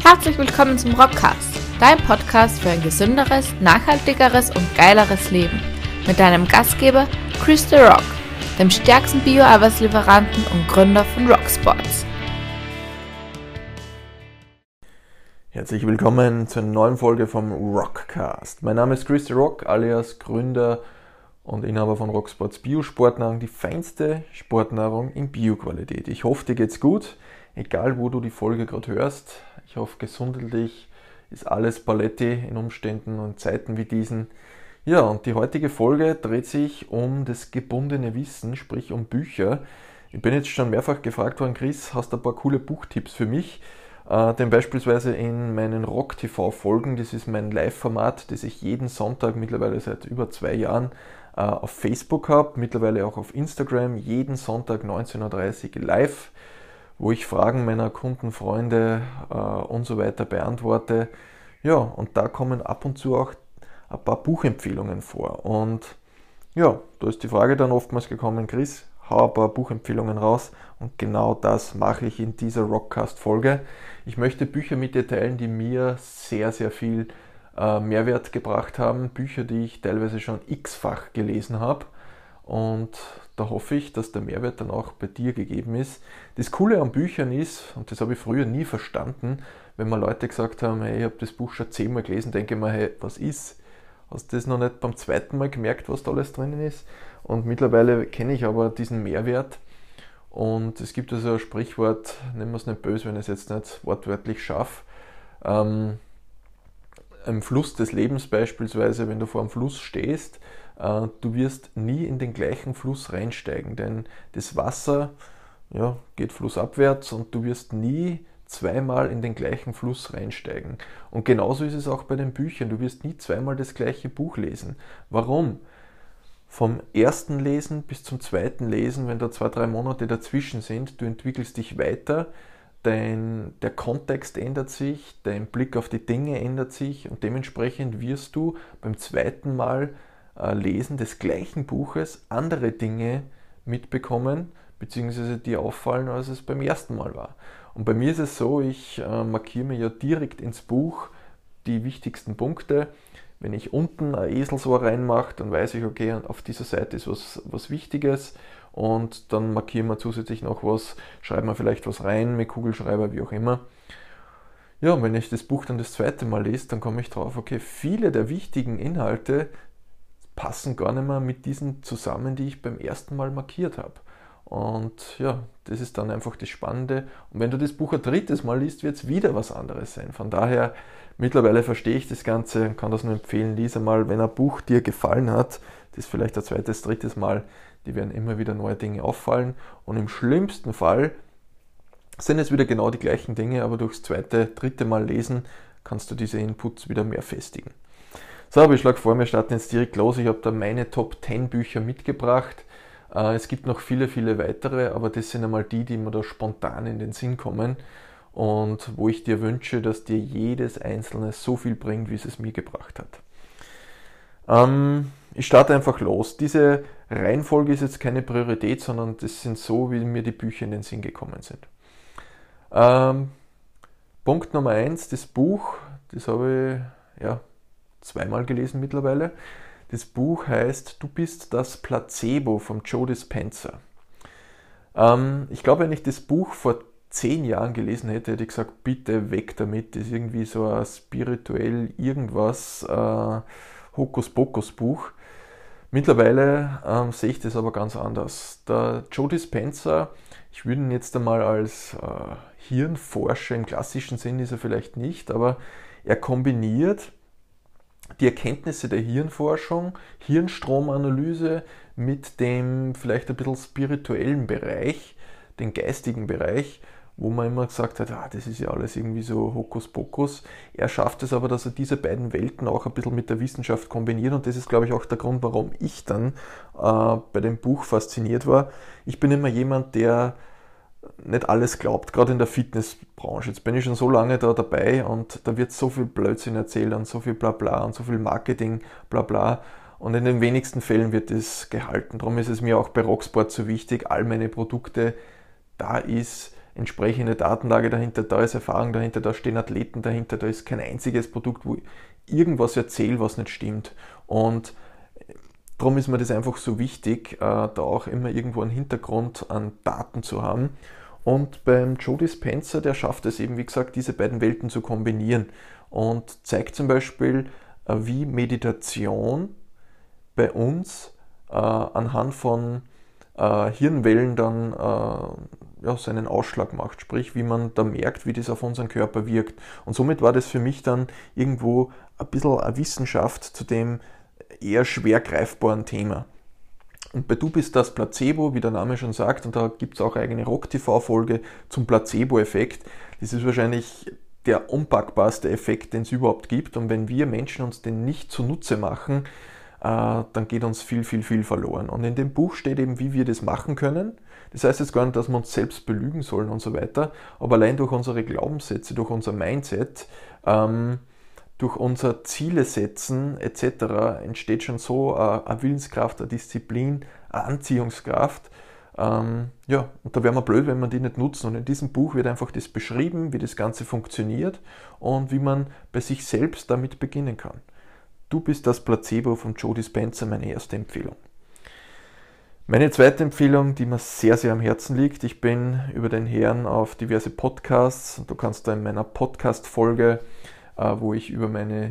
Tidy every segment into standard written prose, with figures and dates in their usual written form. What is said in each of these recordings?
Herzlich willkommen zum Rockcast, dein Podcast für ein gesünderes, nachhaltigeres und geileres Leben. Mit deinem Gastgeber Chris The Rock, dem stärksten Bio-Eiweißlieferanten und Gründer von Rocksports. Herzlich willkommen zu einer neuen Folge vom Rockcast. Mein Name ist Chris The Rock, alias Gründer und Inhaber von Rocksports Bio-Sportnahrung, die feinste Sportnahrung in Bio-Qualität. Ich hoffe, dir geht's gut, egal wo du die Folge gerade hörst. Ich hoffe, gesundheitlich ist alles Paletti in Umständen und Zeiten wie diesen. Ja, und die heutige Folge dreht sich um das gebundene Wissen, sprich um Bücher. Ich bin jetzt schon mehrfach gefragt worden, Chris, hast du ein paar coole Buchtipps für mich? Denn beispielsweise in meinen Rock-TV-Folgen, das ist mein Live-Format, das ich jeden Sonntag mittlerweile seit über 2 Jahren auf Facebook habe, mittlerweile auch auf Instagram, jeden Sonntag 19.30 Uhr live, wo ich Fragen meiner Kunden, Freunde und so weiter beantworte. Ja, und da kommen ab und zu auch ein paar Buchempfehlungen vor. Und ja, da ist die Frage dann oftmals gekommen, Chris, hau ein paar Buchempfehlungen raus. Und genau das mache ich in dieser Rockcast-Folge. Ich möchte Bücher mit dir teilen, die mir sehr, sehr viel Mehrwert gebracht haben. Bücher, die ich teilweise schon x-fach gelesen habe. Und da hoffe ich, dass der Mehrwert dann auch bei dir gegeben ist. Das Coole an Büchern ist, und das habe ich früher nie verstanden, wenn mir Leute gesagt haben, hey, ich habe das Buch schon 10-mal gelesen, denke ich mir, hey, was ist? Hast du das noch nicht beim 2. Mal gemerkt, was da alles drinnen ist? Und mittlerweile kenne ich aber diesen Mehrwert. Und es gibt also ein Sprichwort, nehmen wir es nicht böse, wenn ich es jetzt nicht wortwörtlich schaffe. Im Fluss des Lebens beispielsweise, wenn du vor einem Fluss stehst, du wirst nie in den gleichen Fluss reinsteigen, denn das Wasser geht flussabwärts und du wirst nie 2-mal in den gleichen Fluss reinsteigen. Und genauso ist es auch bei den Büchern, du wirst nie 2-mal das gleiche Buch lesen. Warum? Vom ersten Lesen bis zum zweiten Lesen, wenn da 2-3 Monate dazwischen sind, du entwickelst dich weiter, der Kontext ändert sich, dein Blick auf die Dinge ändert sich und dementsprechend wirst du beim zweiten Mal Lesen des gleichen Buches andere Dinge mitbekommen, beziehungsweise dir auffallen, als es beim ersten Mal war. Und bei mir ist es so, ich markiere mir ja direkt ins Buch die wichtigsten Punkte. Wenn ich unten ein Eselsohr reinmache, dann weiß ich, okay, auf dieser Seite ist was Wichtiges und dann markieren wir zusätzlich noch was, schreiben wir vielleicht was rein mit Kugelschreiber, wie auch immer. Ja, und wenn ich das Buch dann das zweite Mal lese, dann komme ich drauf, okay, viele der wichtigen Inhalte passen gar nicht mehr mit diesen zusammen, die ich beim ersten Mal markiert habe. Und ja, das ist dann einfach das Spannende. Und wenn du das Buch ein drittes Mal liest, wird es wieder was anderes sein. Von daher, mittlerweile verstehe ich das Ganze und kann das nur empfehlen, lies einmal, wenn ein Buch dir gefallen hat, das vielleicht ein zweites, drittes Mal, die werden immer wieder neue Dinge auffallen. Und im schlimmsten Fall sind es wieder genau die gleichen Dinge, aber durchs zweite, dritte Mal lesen kannst du diese Inputs wieder mehr festigen. So, aber ich schlage vor, wir starten jetzt direkt los. Ich habe da meine Top 10 Bücher mitgebracht. Es gibt noch viele, viele weitere, aber das sind einmal die mir da spontan in den Sinn kommen und wo ich dir wünsche, dass dir jedes einzelne so viel bringt, wie es mir gebracht hat. Ich starte einfach los. Diese Reihenfolge ist jetzt keine Priorität, sondern das sind so, wie mir die Bücher in den Sinn gekommen sind. Punkt Nummer 1, das Buch, das habe ich 2-mal gelesen mittlerweile. Das Buch heißt Du bist das Placebo von Joe Dispenza. Ich glaube, wenn ich das Buch vor 10 Jahren gelesen hätte, hätte ich gesagt, bitte weg damit. Das ist irgendwie so ein spirituell irgendwas Hokuspokus-Buch. Mittlerweile sehe ich das aber ganz anders. Der Joe Dispenza, ich würde ihn jetzt einmal als Hirnforscher im klassischen Sinn ist er vielleicht nicht, aber er kombiniert die Erkenntnisse der Hirnforschung, Hirnstromanalyse mit dem vielleicht ein bisschen spirituellen Bereich, den geistigen Bereich, wo man immer gesagt hat, das ist ja alles irgendwie so Hokuspokus. Er schafft es aber, dass er diese beiden Welten auch ein bisschen mit der Wissenschaft kombiniert und das ist, glaube ich, auch der Grund, warum ich dann bei dem Buch fasziniert war. Ich bin immer jemand, der nicht alles glaubt, gerade in der Fitnessbranche. Jetzt bin ich schon so lange da dabei und da wird so viel Blödsinn erzählt und so viel Blabla und so viel Marketing Blabla und in den wenigsten Fällen wird das gehalten. Darum ist es mir auch bei Rocksport so wichtig, all meine Produkte, da ist entsprechende Datenlage dahinter, da ist Erfahrung dahinter, da stehen Athleten dahinter, da ist kein einziges Produkt, wo ich irgendwas erzähle, was nicht stimmt. Und darum ist mir das einfach so wichtig, da auch immer irgendwo einen Hintergrund an Daten zu haben. Und beim Joe Dispenza, der schafft es eben, wie gesagt, diese beiden Welten zu kombinieren und zeigt zum Beispiel, wie Meditation bei uns anhand von Hirnwellen dann seinen Ausschlag macht, sprich wie man da merkt, wie das auf unseren Körper wirkt. Und somit war das für mich dann irgendwo ein bisschen eine Wissenschaft zu dem eher schwer greifbaren Thema. Und bei Du bist das Placebo, wie der Name schon sagt, und da gibt es auch eine eigene Rock-TV-Folge zum Placebo-Effekt. Das ist wahrscheinlich der unpackbarste Effekt, den es überhaupt gibt. Und wenn wir Menschen uns den nicht zunutze machen, dann geht uns viel, viel, viel verloren. Und in dem Buch steht eben, wie wir das machen können. Das heißt jetzt gar nicht, dass wir uns selbst belügen sollen und so weiter, aber allein durch unsere Glaubenssätze, durch unser Mindset, durch unser Ziele setzen etc. entsteht schon so eine Willenskraft, eine Disziplin, eine Anziehungskraft. Und da wären wir blöd, wenn wir die nicht nutzen. Und in diesem Buch wird einfach das beschrieben, wie das Ganze funktioniert und wie man bei sich selbst damit beginnen kann. Du bist das Placebo von Joe Dispenza, meine erste Empfehlung. Meine zweite Empfehlung, die mir sehr, sehr am Herzen liegt, ich bin über den Herrn auf diverse Podcasts, du kannst da in meiner Podcast-Folge, wo ich über meine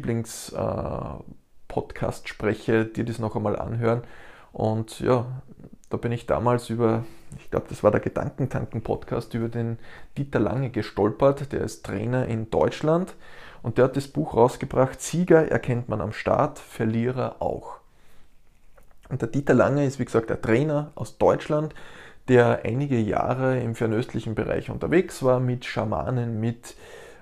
Lieblings-Podcast spreche, dir das noch einmal anhören. Und ja, da bin ich damals über, ich glaube, das war der Gedankentanken-Podcast, über den Dieter Lange gestolpert, der ist Trainer in Deutschland. Und der hat das Buch rausgebracht, Sieger erkennt man am Start, Verlierer auch. Und der Dieter Lange ist, wie gesagt, ein Trainer aus Deutschland, der einige Jahre im fernöstlichen Bereich unterwegs war, mit Schamanen, mit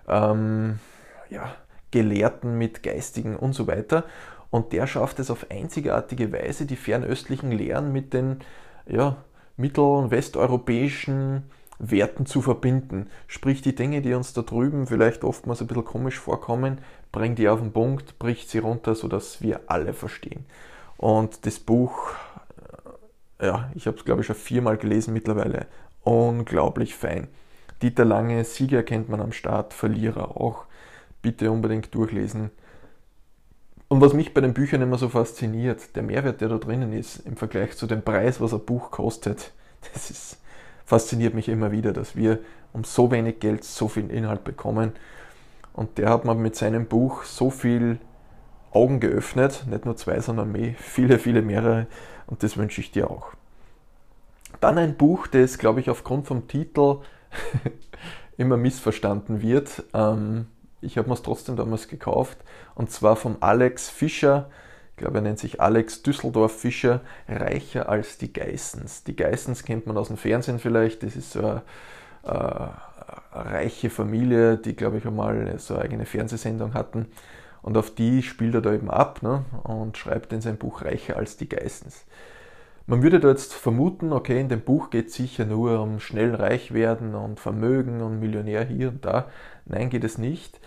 Gelehrten, mit Geistigen und so weiter. Und der schafft es auf einzigartige Weise, die fernöstlichen Lehren mit den mittel- und westeuropäischen Werten zu verbinden. Sprich, die Dinge, die uns da drüben vielleicht oftmals ein bisschen komisch vorkommen, bringt die auf den Punkt, bricht sie runter, sodass wir alle verstehen. Und das Buch, ich habe es glaube ich schon 4-mal gelesen mittlerweile, unglaublich fein. Dieter Lange, Sieger erkennt man am Start, Verlierer auch. Bitte unbedingt durchlesen. Und was mich bei den Büchern immer so fasziniert, der Mehrwert, der da drinnen ist, im Vergleich zu dem Preis, was ein Buch kostet, fasziniert mich immer wieder, dass wir um so wenig Geld so viel Inhalt bekommen. Und der hat mir mit seinem Buch so viel Augen geöffnet, nicht nur 2, sondern viele, viele mehrere, und das wünsche ich dir auch. Dann ein Buch, das, glaube ich, aufgrund vom Titel immer missverstanden wird. Ich habe mir es trotzdem damals gekauft, und zwar vom Alex Fischer. Ich glaube, er nennt sich Alex Düsseldorf Fischer, Reicher als die Geissens. Die Geissens kennt man aus dem Fernsehen vielleicht, das ist so eine reiche Familie, die, glaube ich, einmal so eine eigene Fernsehsendung hatten. Und auf die spielt er da eben ab, ne, und schreibt in sein Buch Reicher als die Geissens. Man würde da jetzt vermuten, okay, in dem Buch geht es sicher nur um schnell reich werden und Vermögen und Millionär hier und da. Nein, geht es nicht.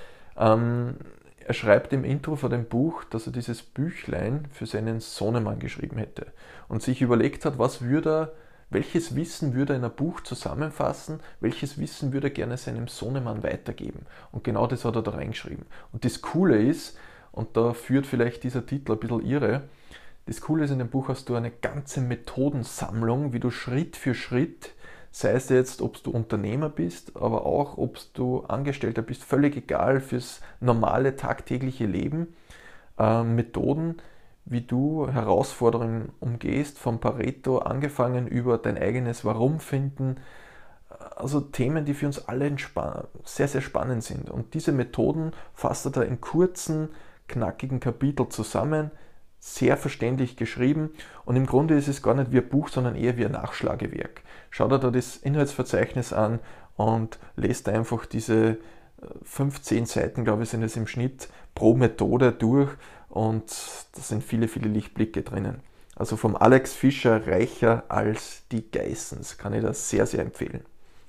Er schreibt im Intro vor dem Buch, dass er dieses Büchlein für seinen Sohnemann geschrieben hätte und sich überlegt hat, welches Wissen würde er in ein Buch zusammenfassen, welches Wissen würde er gerne seinem Sohnemann weitergeben. Und genau das hat er da reingeschrieben. Und das Coole ist, und da führt vielleicht dieser Titel ein bisschen irre, das Coole ist, in dem Buch hast du eine ganze Methodensammlung, wie du Schritt für Schritt, sei es jetzt, ob du Unternehmer bist, aber auch, ob du Angestellter bist, völlig egal, fürs normale tagtägliche Leben, Methoden, wie du Herausforderungen umgehst, vom Pareto angefangen über dein eigenes Warum finden, also Themen, die für uns alle sehr, sehr spannend sind. Und diese Methoden fasst er da in kurzen, knackigen Kapitel zusammen, sehr verständlich geschrieben, und im Grunde ist es gar nicht wie ein Buch, sondern eher wie ein Nachschlagewerk. Schau dir da das Inhaltsverzeichnis an und lest einfach diese 15 Seiten, glaube ich, sind es im Schnitt pro Methode durch, und da sind viele, viele Lichtblicke drinnen. Also vom Alex Fischer, Reicher als die Geissens, kann ich das sehr, sehr empfehlen.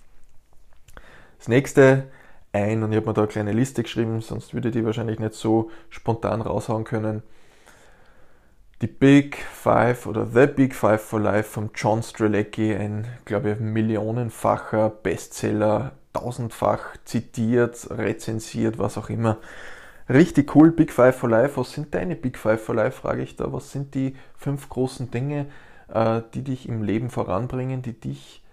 Das nächste, und ich habe mir da eine kleine Liste geschrieben, sonst würde ich die wahrscheinlich nicht so spontan raushauen können. die Big Five oder The Big Five for Life von John Strzelecki, ein, glaube ich, millionenfacher Bestseller, tausendfach zitiert, rezensiert, was auch immer. Richtig cool, Big Five for Life. Was sind deine Big Five for Life, frage ich da. Was sind die 5 großen Dinge, die dich im Leben voranbringen, die dich,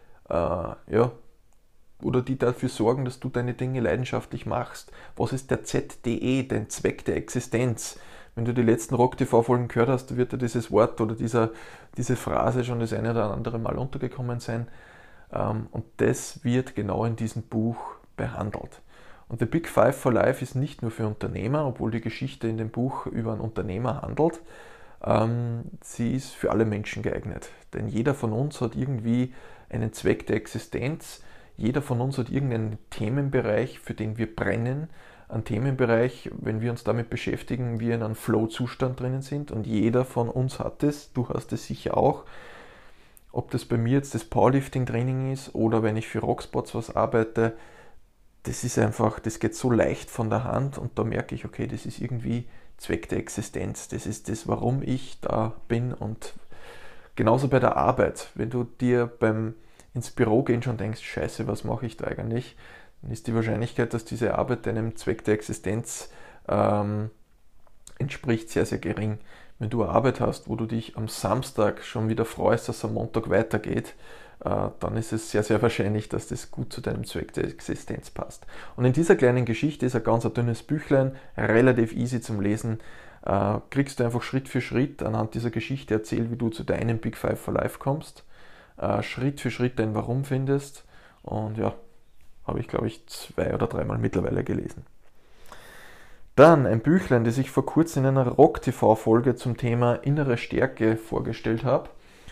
oder die dafür sorgen, dass du deine Dinge leidenschaftlich machst? Was ist der ZDE, dein Zweck der Existenz? Wenn du die letzten Rock-TV-Folgen gehört hast, wird dir dieses Wort oder diese Phrase schon das eine oder andere Mal untergekommen sein. Und das wird genau in diesem Buch behandelt. Und The Big Five for Life ist nicht nur für Unternehmer, obwohl die Geschichte in dem Buch über einen Unternehmer handelt. Sie ist für alle Menschen geeignet. Denn jeder von uns hat irgendwie einen Zweck der Existenz. Jeder von uns hat irgendeinen Themenbereich, für den wir brennen. Ein Themenbereich, wenn wir uns damit beschäftigen, wir in einem Flow-Zustand drinnen sind. Und jeder von uns hat es. Du hast es sicher auch. Ob das bei mir jetzt das Powerlifting-Training ist oder wenn ich für Rockspots was arbeite, das ist einfach, das geht so leicht von der Hand und da merke ich, okay, das ist irgendwie Zweck der Existenz. Das ist das, warum ich da bin. Und genauso bei der Arbeit. Wenn du dir ins Büro gehen schon denkst, scheiße, was mache ich da eigentlich? Dann ist die Wahrscheinlichkeit, dass diese Arbeit deinem Zweck der Existenz entspricht, sehr, sehr gering. Wenn du eine Arbeit hast, wo du dich am Samstag schon wieder freust, dass es am Montag weitergeht, dann ist es sehr, sehr wahrscheinlich, dass das gut zu deinem Zweck der Existenz passt. Und in dieser kleinen Geschichte ist ein ganz dünnes Büchlein, relativ easy zum Lesen, kriegst du einfach Schritt für Schritt anhand dieser Geschichte erzählt, wie du zu deinem Big Five for Life kommst, Schritt für Schritt dein Warum findest und ja, habe ich glaube ich 2 oder 3 Mal mittlerweile gelesen. Dann ein Büchlein, das ich vor kurzem in einer Rock-TV-Folge zum Thema innere Stärke vorgestellt habe.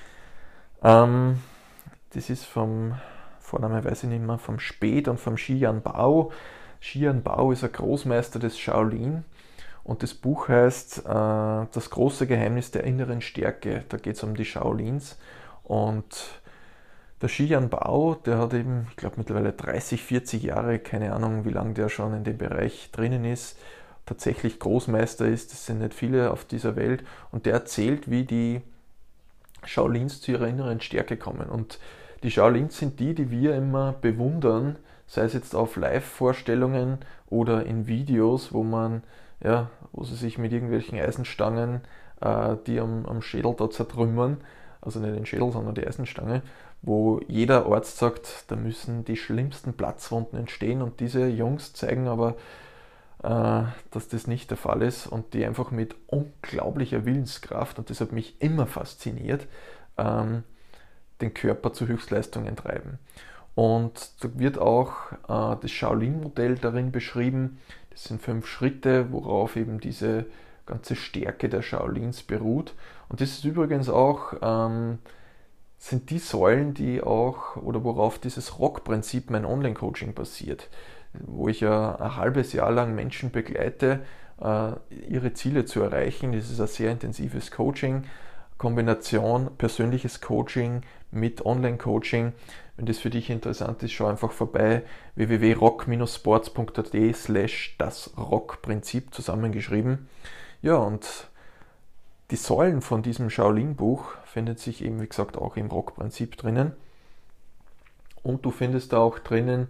Das ist vom Vorname weiß ich nicht mehr, vom Speth und vom Xian Bao. Xian Bao ist ein Großmeister des Shaolin und das Buch heißt Das große Geheimnis der inneren Stärke. Da geht es um die Shaolins und der Xian Bao, der hat eben, ich glaube mittlerweile 30, 40 Jahre, keine Ahnung wie lange der schon in dem Bereich drinnen ist, tatsächlich Großmeister ist, das sind nicht viele auf dieser Welt und der erzählt, wie die Shaolins zu ihrer inneren Stärke kommen. Und die Shaolins sind die wir immer bewundern, sei es jetzt auf Live-Vorstellungen oder in Videos, wo sie sich mit irgendwelchen Eisenstangen, die am Schädel da zertrümmern, also nicht den Schädel, sondern die Eisenstange, wo jeder Arzt sagt, da müssen die schlimmsten Platzwunden entstehen und diese Jungs zeigen aber, dass das nicht der Fall ist und die einfach mit unglaublicher Willenskraft, und das hat mich immer fasziniert, den Körper zu Höchstleistungen treiben. Und da wird auch das Shaolin-Modell darin beschrieben. Das sind 5 Schritte, worauf eben diese ganze Stärke der Shaolins beruht. Und das ist übrigens auch, sind die Säulen, die auch, oder worauf dieses Rock-Prinzip, mein Online-Coaching basiert, wo ich ja ein halbes Jahr lang Menschen begleite, ihre Ziele zu erreichen. Das ist ein sehr intensives Coaching, Kombination persönliches Coaching mit Online-Coaching. Wenn das für dich interessant ist, schau einfach vorbei, www.rock-sports.at/das-Rock-Prinzip zusammengeschrieben. Ja, und die Säulen von diesem Shaolin-Buch findet sich eben, wie gesagt, auch im Rock-Prinzip drinnen. Und du findest da auch drinnen,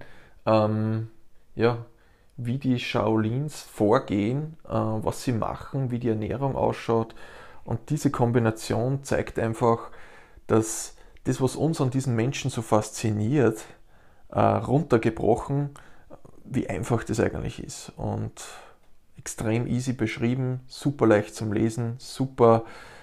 wie die Shaolins vorgehen, was sie machen, wie die Ernährung ausschaut. Und diese Kombination zeigt einfach, dass das, was uns an diesen Menschen so fasziniert, runtergebrochen, wie einfach das eigentlich ist. Und extrem easy beschrieben, super leicht zum Lesen, super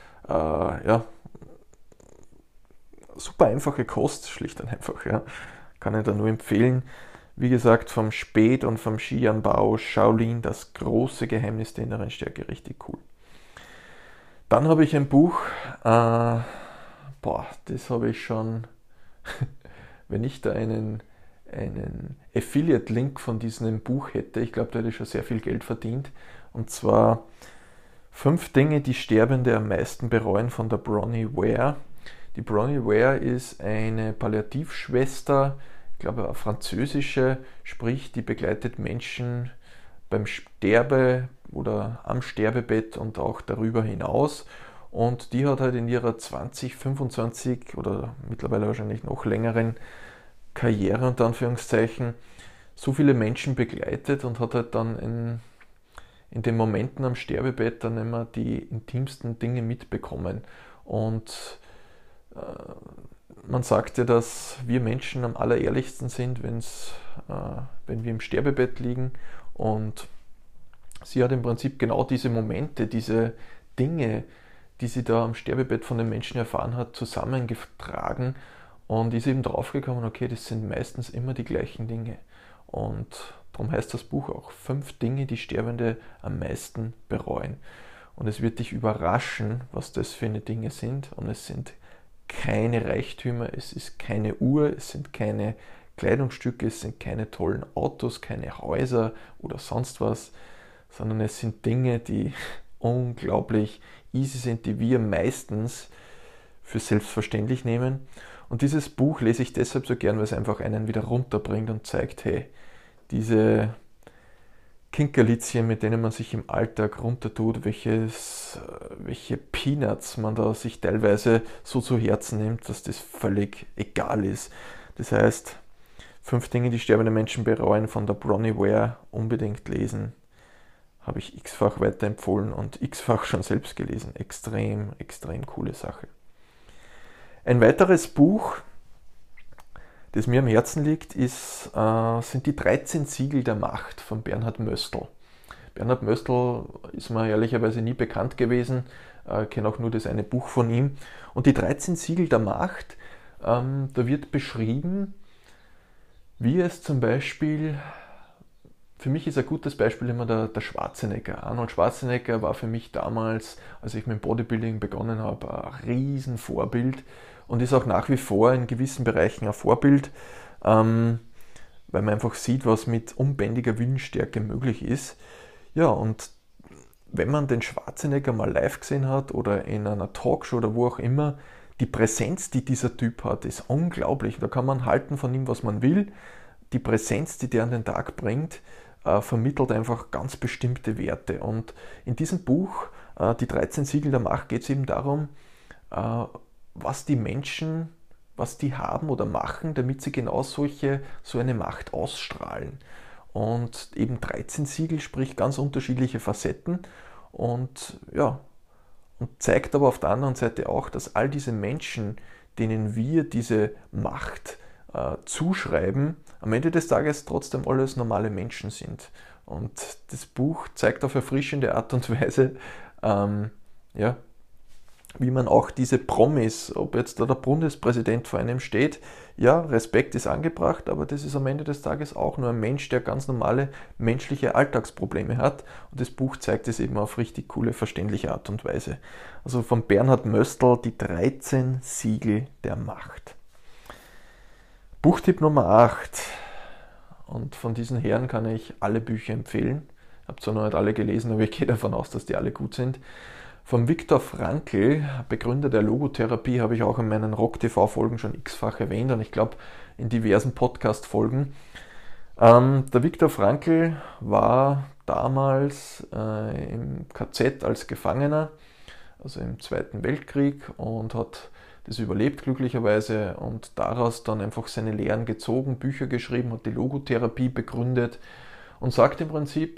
einfache Kost, schlicht und einfach. Ja. Kann ich da nur empfehlen. Wie gesagt, vom Speth und vom Xian Bao, Shaolin, das große Geheimnis der inneren Stärke, richtig cool. Dann habe ich ein Buch, das habe ich schon, wenn ich da einen Affiliate-Link von diesem Buch hätte, ich glaube, da hätte ich schon sehr viel Geld verdient. Und zwar 5 Dinge, die Sterbende am meisten bereuen, von der Bronnie Ware. Die Bronnie Ware ist eine Palliativschwester, ich glaube eine französische, sprich die begleitet Menschen beim Sterbe oder am Sterbebett und auch darüber hinaus. und die hat halt in ihrer 20, 25 oder mittlerweile wahrscheinlich noch längeren Karriere unter Anführungszeichen so viele Menschen begleitet und hat halt dann in den Momenten am Sterbebett dann immer die intimsten Dinge mitbekommen. Und man sagt ja, dass wir Menschen am allerehrlichsten sind, wenn wir im Sterbebett liegen. Und sie hat im Prinzip genau diese Momente, diese Dinge, die sie da am Sterbebett von den Menschen erfahren hat, zusammengetragen und ist eben draufgekommen, okay, das sind meistens immer die gleichen Dinge. Und darum heißt das Buch auch 5 Dinge, die Sterbende am meisten bereuen. Und es wird dich überraschen, was das für eine Dinge sind. Und es sind keine Reichtümer, es ist keine Uhr, es sind keine Kleidungsstücke, es sind keine tollen Autos, keine Häuser oder sonst was, sondern es sind Dinge, die unglaublich easy sind, die wir meistens für selbstverständlich nehmen. Und dieses Buch lese ich deshalb so gern, weil es einfach einen wieder runterbringt und zeigt, hey, diese Kinkerlitzchen, mit denen man sich im Alltag runtertut, welche Peanuts man da sich teilweise so zu Herzen nimmt, dass das völlig egal ist. Das heißt, 5 Dinge, die sterbende Menschen bereuen, von der Bronnie Ware unbedingt lesen. Habe ich x-fach weiterempfohlen und x-fach schon selbst gelesen. Extrem, extrem coole Sache. Ein weiteres Buch, das mir am Herzen liegt, sind die 13 Siegel der Macht von Bernhard Möstl. Bernhard Möstl ist mir ehrlicherweise nie bekannt gewesen, kenne auch nur das eine Buch von ihm. Und die 13 Siegel der Macht, da wird beschrieben, wie es zum Beispiel, für mich ist ein gutes Beispiel immer der Schwarzenegger. Arnold Schwarzenegger war für mich damals, als ich mit dem Bodybuilding begonnen habe, ein Riesenvorbild und ist auch nach wie vor in gewissen Bereichen ein Vorbild, weil man einfach sieht, was mit unbändiger Willensstärke möglich ist. Ja, und wenn man den Schwarzenegger mal live gesehen hat oder in einer Talkshow oder wo auch immer, die Präsenz, die dieser Typ hat, ist unglaublich. Da kann man halten von ihm, was man will. Die Präsenz, die der an den Tag bringt, vermittelt einfach ganz bestimmte Werte. Und in diesem Buch, die 13 Siegel der Macht, geht es eben darum, was die Menschen, was die haben oder machen, damit sie genau so eine Macht ausstrahlen. Und eben 13 Siegel, sprich ganz unterschiedliche Facetten und ja, und zeigt aber auf der anderen Seite auch, dass all diese Menschen, denen wir diese Macht zuschreiben, am Ende des Tages trotzdem alles normale Menschen sind. Und das Buch zeigt auf erfrischende Art und Weise, wie man auch diese Promis, ob jetzt da der Bundespräsident vor einem steht, ja, Respekt ist angebracht, aber das ist am Ende des Tages auch nur ein Mensch, der ganz normale menschliche Alltagsprobleme hat. Und das Buch zeigt es eben auf richtig coole, verständliche Art und Weise. Also von Bernhard Möstl, die 13 Siegel der Macht. Buchtipp Nummer 8. Und von diesen Herren kann ich alle Bücher empfehlen. Ich habe zwar noch nicht alle gelesen, aber ich gehe davon aus, dass die alle gut sind. Von Viktor Frankl, Begründer der Logotherapie, habe ich auch in meinen Rock-TV-Folgen schon x-fach erwähnt und ich glaube in diversen Podcast-Folgen. Der Viktor Frankl war damals im KZ als Gefangener, also im Zweiten Weltkrieg, und hat das überlebt glücklicherweise und daraus dann einfach seine Lehren gezogen, Bücher geschrieben, hat die Logotherapie begründet und sagt im Prinzip,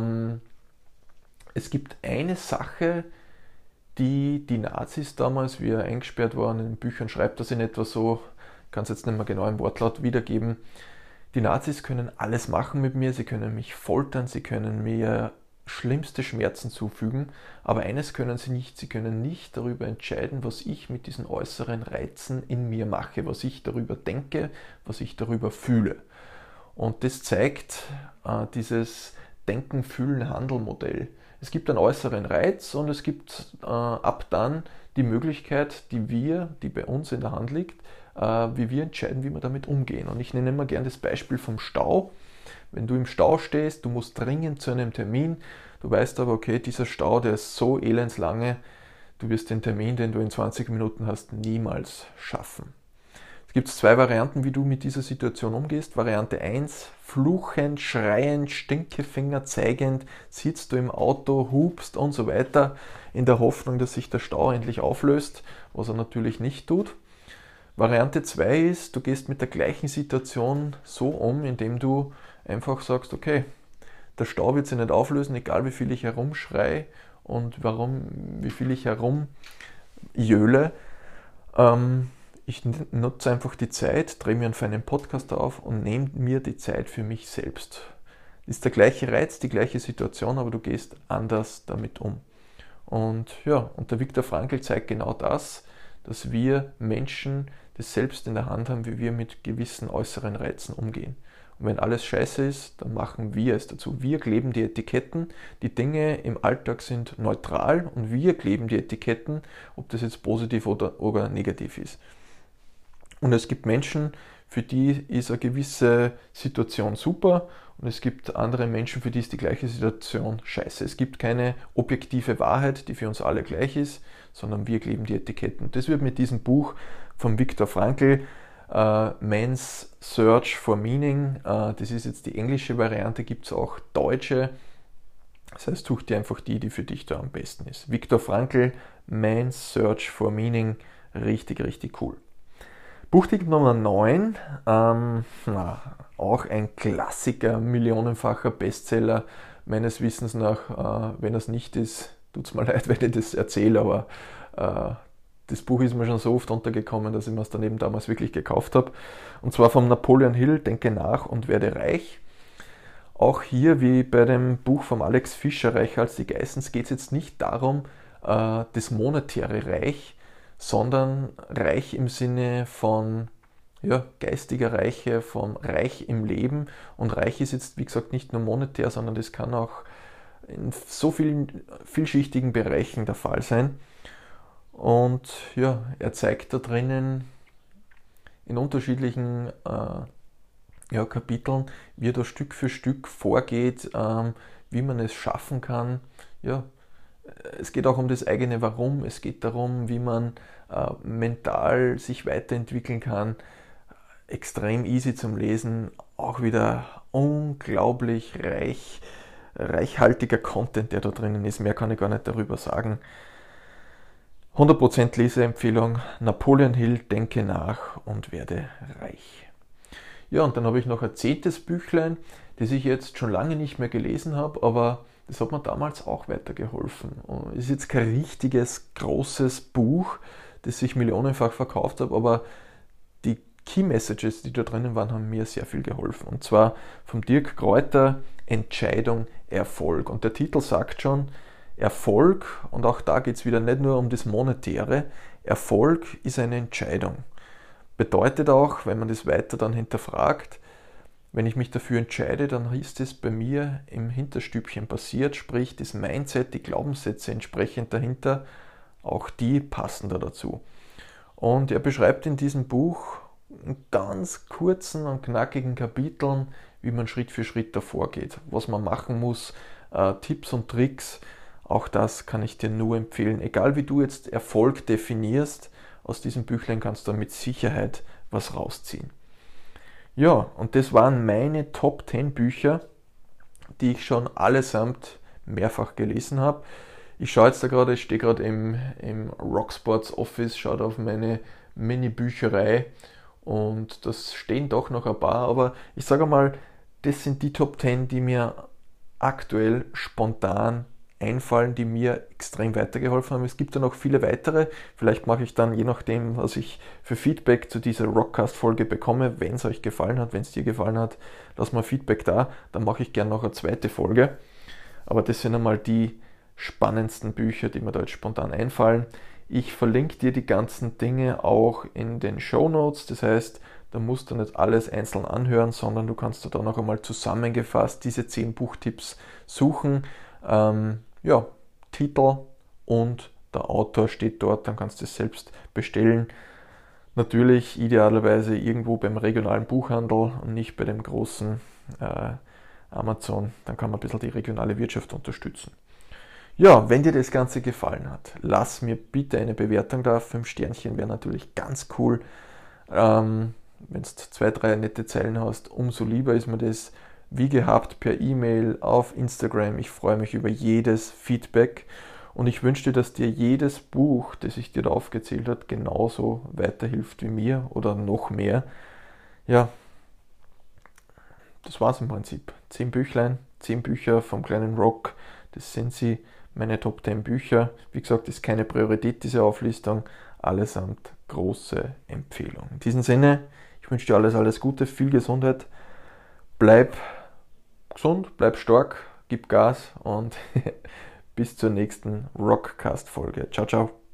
es gibt eine Sache, die Nazis damals, wie er eingesperrt waren, in den Büchern schreibt er in etwa so, ich kann es jetzt nicht mehr genau im Wortlaut wiedergeben, die Nazis können alles machen mit mir, sie können mich foltern, sie können mir schlimmste Schmerzen zufügen, aber eines können sie können nicht darüber entscheiden, was ich mit diesen äußeren Reizen in mir mache, was ich darüber denke, was ich darüber fühle. Und das zeigt dieses Denken, Fühlen, Handeln-Modell. Es gibt einen äußeren Reiz und es gibt ab dann die Möglichkeit, die bei uns in der Hand liegt, wie wir entscheiden, wie wir damit umgehen. Und ich nenne immer gerne das Beispiel vom Stau. Wenn du im Stau stehst, du musst dringend zu einem Termin, du weißt aber, okay, dieser Stau, der ist so elendslange, du wirst den Termin, den du in 20 Minuten hast, niemals schaffen. Es gibt 2 Varianten, wie du mit dieser Situation umgehst. Variante 1, fluchend, schreiend, Stinkefinger zeigend, sitzt du im Auto, hupst und so weiter, in der Hoffnung, dass sich der Stau endlich auflöst, was er natürlich nicht tut. Variante 2 ist, du gehst mit der gleichen Situation so um, indem du einfach sagst, okay, der Stau wird sich nicht auflösen, egal wie viel ich herumschreie und wie viel ich herumjöhle. Ich nutze einfach die Zeit, drehe mir einen Podcast auf und nehme mir die Zeit für mich selbst. Das ist der gleiche Reiz, die gleiche Situation, aber du gehst anders damit um. Und ja, und der Viktor Frankl zeigt genau das, dass wir Menschen das selbst in der Hand haben, wie wir mit gewissen äußeren Reizen umgehen. Und wenn alles scheiße ist, dann machen wir es dazu. Wir kleben die Etiketten, die Dinge im Alltag sind neutral und wir kleben die Etiketten, ob das jetzt positiv oder negativ ist. Und es gibt Menschen, für die ist eine gewisse Situation super und es gibt andere Menschen, für die ist die gleiche Situation scheiße. Es gibt keine objektive Wahrheit, die für uns alle gleich ist, sondern wir kleben die Etiketten. Das wird mit diesem Buch von Viktor Frankl, Man's Search for Meaning, das ist jetzt die englische Variante, gibt es auch deutsche. Das heißt, such dir einfach die für dich da am besten ist. Viktor Frankl, Man's Search for Meaning, richtig, richtig cool. Buchtipp Nummer 9, auch ein Klassiker, millionenfacher Bestseller, meines Wissens nach, wenn es nicht ist, tut es mir leid, wenn ich das erzähle, aber das Buch ist mir schon so oft untergekommen, dass ich mir es dann eben damals wirklich gekauft habe. Und zwar von Napoleon Hill, Denke nach und werde reich. Auch hier, wie bei dem Buch von Alex Fischer, Reicher als die Geissens, geht es jetzt nicht darum, das monetäre Reich, sondern reich im Sinne von geistiger Reiche, von reich im Leben. Und reich ist jetzt, wie gesagt, nicht nur monetär, sondern das kann auch in so vielen vielschichtigen Bereichen der Fall sein. Und ja, er zeigt da drinnen in unterschiedlichen Kapiteln, wie er da Stück für Stück vorgeht, wie man es schaffen kann. Ja, es geht auch um das eigene Warum, es geht darum, wie man mental sich weiterentwickeln kann. Extrem easy zum Lesen, auch wieder unglaublich reichhaltiger Content, der da drinnen ist. Mehr kann ich gar nicht darüber sagen. 100% Leseempfehlung, Napoleon Hill, Denke nach und werde reich. Ja, und dann habe ich noch ein 10. Büchlein, das ich jetzt schon lange nicht mehr gelesen habe, aber das hat mir damals auch weitergeholfen. Es ist jetzt kein richtiges, großes Buch, das sich millionenfach verkauft hat, aber die Key Messages, die da drinnen waren, haben mir sehr viel geholfen. Und zwar vom Dirk Kräuter, Entscheidung, Erfolg. Und der Titel sagt schon, Erfolg, und auch da geht es wieder nicht nur um das Monetäre, Erfolg ist eine Entscheidung. Bedeutet auch, wenn man das weiter dann hinterfragt, wenn ich mich dafür entscheide, dann ist es bei mir im Hinterstübchen passiert, sprich das Mindset, die Glaubenssätze entsprechend dahinter, auch die passen da dazu. Und er beschreibt in diesem Buch in ganz kurzen und knackigen Kapiteln, wie man Schritt für Schritt davor geht, was man machen muss, Tipps und Tricks. Auch das kann ich dir nur empfehlen. Egal wie du jetzt Erfolg definierst, aus diesem Büchlein kannst du mit Sicherheit was rausziehen. Ja, und das waren meine Top 10 Bücher, die ich schon allesamt mehrfach gelesen habe. Ich schaue jetzt da gerade, ich stehe gerade im Rocksports Office, schaue auf meine Mini-Bücherei und das stehen doch noch ein paar, aber ich sage mal, das sind die Top 10, die mir aktuell spontan einfallen, die mir extrem weitergeholfen haben. Es gibt ja noch viele weitere. Vielleicht mache ich dann, je nachdem, was ich für Feedback zu dieser Rockcast-Folge bekomme, wenn es euch gefallen hat, wenn es dir gefallen hat, lass mal Feedback da. Dann mache ich gerne noch eine zweite Folge. Aber das sind einmal die spannendsten Bücher, die mir da jetzt spontan einfallen. Ich verlinke dir die ganzen Dinge auch in den Shownotes. Das heißt, da musst du nicht alles einzeln anhören, sondern du kannst da noch einmal zusammengefasst diese 10 Buchtipps suchen. Titel und der Autor steht dort, dann kannst du es selbst bestellen. Natürlich idealerweise irgendwo beim regionalen Buchhandel und nicht bei dem großen Amazon, dann kann man ein bisschen die regionale Wirtschaft unterstützen. Ja, wenn dir das Ganze gefallen hat, lass mir bitte eine Bewertung da, 5 Sternchen wäre natürlich ganz cool. Wenn du 2, 3 nette Zeilen hast, umso lieber ist mir das. Wie gehabt per E-Mail, auf Instagram. Ich freue mich über jedes Feedback und ich wünsche dir, dass dir jedes Buch, das ich dir da aufgezählt habe, genauso weiterhilft wie mir oder noch mehr. Ja, das war's im Prinzip. 10 Büchlein, 10 Bücher vom kleinen Rock, das sind sie, meine Top 10 Bücher. Wie gesagt, ist keine Priorität, diese Auflistung, allesamt große Empfehlung. In diesem Sinne, ich wünsche dir alles Gute, viel Gesundheit, bleib gesund, bleib stark, gib Gas und bis zur nächsten Rockcast-Folge. Ciao, ciao.